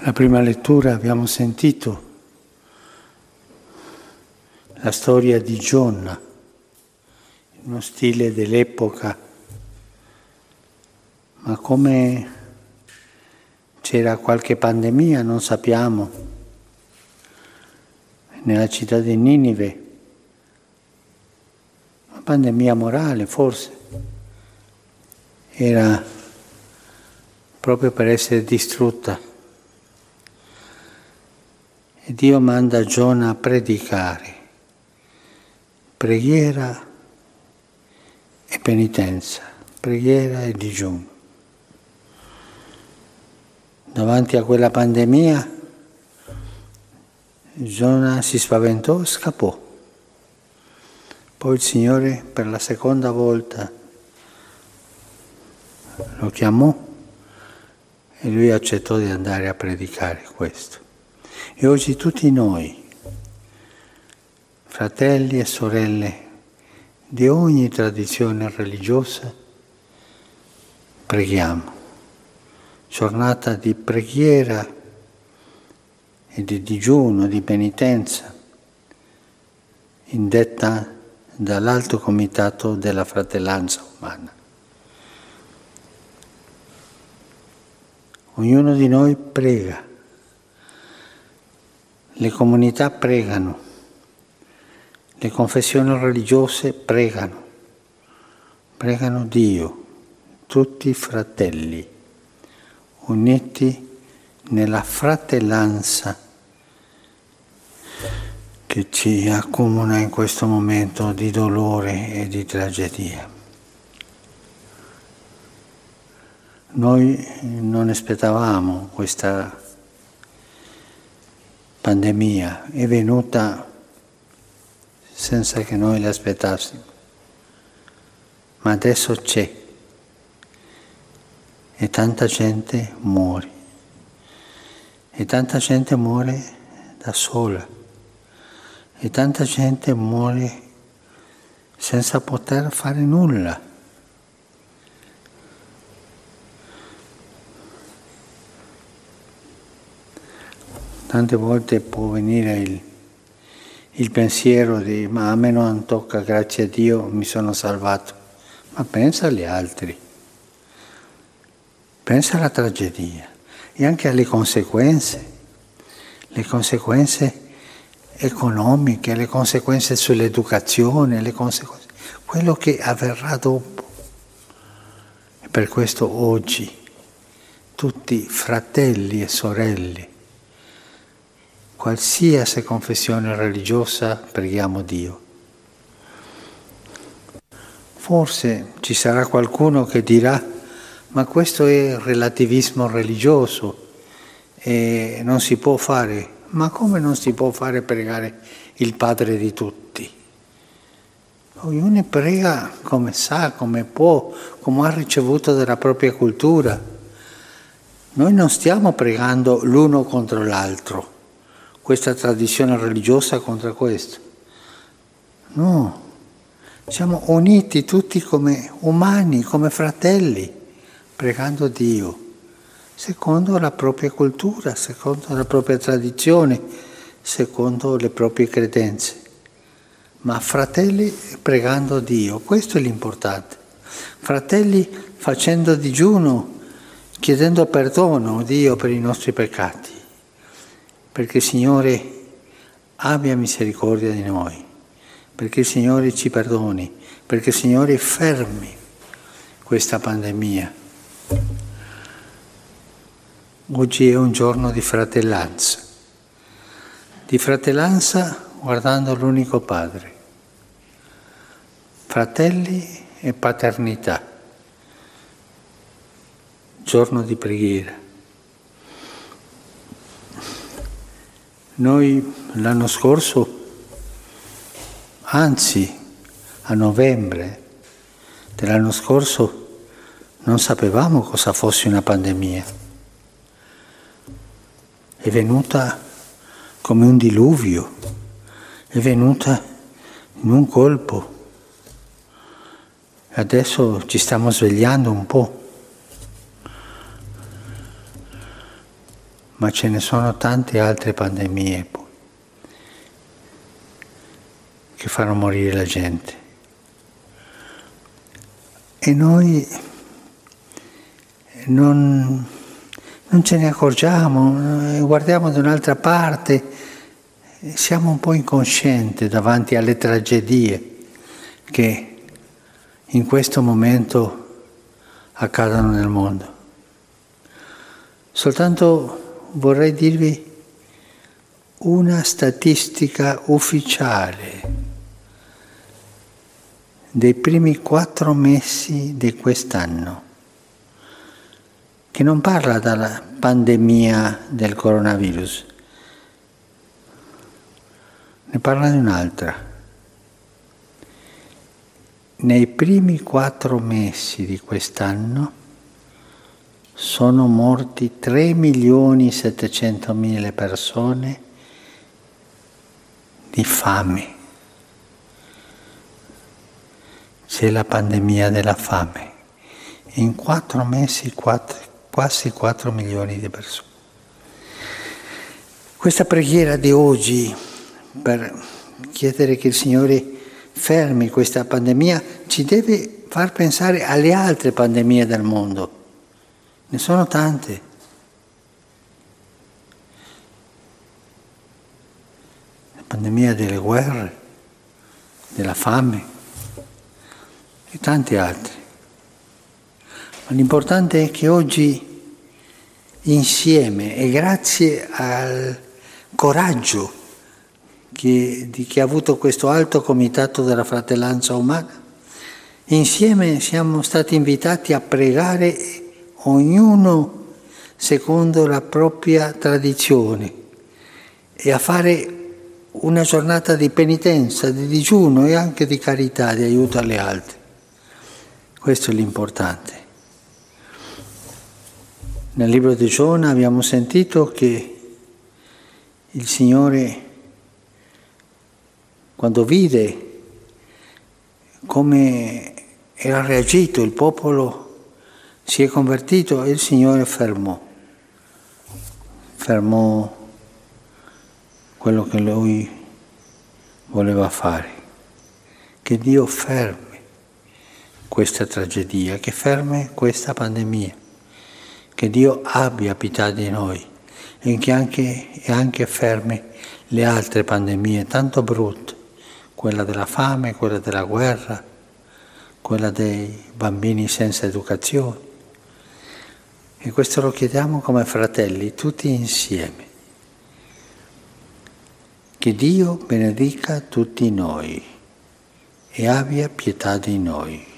La prima lettura abbiamo sentito la storia di Giona, in uno stile dell'epoca, ma come c'era qualche pandemia non sappiamo. Nella città di Ninive, una pandemia morale forse, era proprio per essere distrutta. E Dio manda Giona a predicare, preghiera e penitenza, preghiera e digiuno. Davanti a quella pandemia, Giona si spaventò e scappò. Poi il Signore per la seconda volta lo chiamò e lui accettò di andare a predicare questo. E oggi tutti noi, fratelli e sorelle di ogni tradizione religiosa, preghiamo. Giornata di preghiera e di digiuno, di penitenza, indetta dall'Alto Comitato della Fratellanza Umana. Ognuno di noi prega, le comunità pregano, le confessioni religiose pregano Dio, tutti fratelli, uniti nella fratellanza che ci accomuna in questo momento di dolore e di tragedia. Noi non aspettavamo questa pandemia, è venuta senza che noi l'aspettassimo, ma adesso c'è e tanta gente muore, e tanta gente muore da sola, e tanta gente muore senza poter fare nulla. Tante volte può venire il pensiero di ma a me non tocca, grazie a Dio mi sono salvato. Ma pensa agli altri, pensa alla tragedia e anche alle conseguenze economiche, le conseguenze sull'educazione, le conseguenze, quello che avverrà dopo. E per questo oggi tutti fratelli e sorelle, qualsiasi confessione religiosa, preghiamo Dio. Forse ci sarà qualcuno che dirà, ma questo è relativismo religioso e non si può fare. Ma come non si può fare pregare il Padre di tutti? Ognuno prega come sa, come può, come ha ricevuto dalla propria cultura. Noi non stiamo pregando l'uno contro l'altro, questa tradizione religiosa contro questo. No, siamo uniti tutti come umani, come fratelli, pregando Dio, secondo la propria cultura, secondo la propria tradizione, secondo le proprie credenze. Ma fratelli pregando Dio, questo è l'importante. Fratelli facendo digiuno, chiedendo perdono a Dio per i nostri peccati, perché il Signore abbia misericordia di noi, perché il Signore ci perdoni, perché il Signore fermi questa pandemia. Oggi è un giorno di fratellanza guardando l'unico Padre, fratelli e paternità, giorno di preghiera. Noi l'anno scorso, anzi a novembre dell'anno scorso, non sapevamo cosa fosse una pandemia. È venuta come un diluvio, è venuta in un colpo. Adesso ci stiamo svegliando un po', ma ce ne sono tante altre pandemie poi, che fanno morire la gente. E noi non ce ne accorgiamo, guardiamo da un'altra parte, siamo un po' incoscienti davanti alle tragedie che in questo momento accadono nel mondo. Soltanto vorrei dirvi una statistica ufficiale dei primi 4 mesi di quest'anno, che non parla della pandemia del coronavirus, ne parla di un'altra. Nei primi 4 mesi di quest'anno sono morti 3.700.000 persone di fame. C'è la pandemia della fame. In 4 mesi quasi 4 milioni di persone. Questa preghiera di oggi per chiedere che il Signore fermi questa pandemia ci deve far pensare alle altre pandemie del mondo. Ne sono tante. La pandemia delle guerre, della fame e tante altre. Ma l'importante è che oggi insieme e grazie al coraggio di chi ha avuto questo alto comitato della fratellanza umana, insieme siamo stati invitati a pregare ognuno secondo la propria tradizione e a fare una giornata di penitenza, di digiuno e anche di carità, di aiuto alle altre. Questo è l'importante. Nel libro di Giona abbiamo sentito che il Signore, quando vide come era reagito il popolo, si è convertito e il Signore fermò quello che Lui voleva fare. Che Dio fermi questa tragedia, che fermi questa pandemia, che Dio abbia pietà di noi e che anche fermi le altre pandemie tanto brutte, quella della fame, quella della guerra, quella dei bambini senza educazione. E questo lo chiediamo come fratelli, tutti insieme. Che Dio benedica tutti noi e abbia pietà di noi.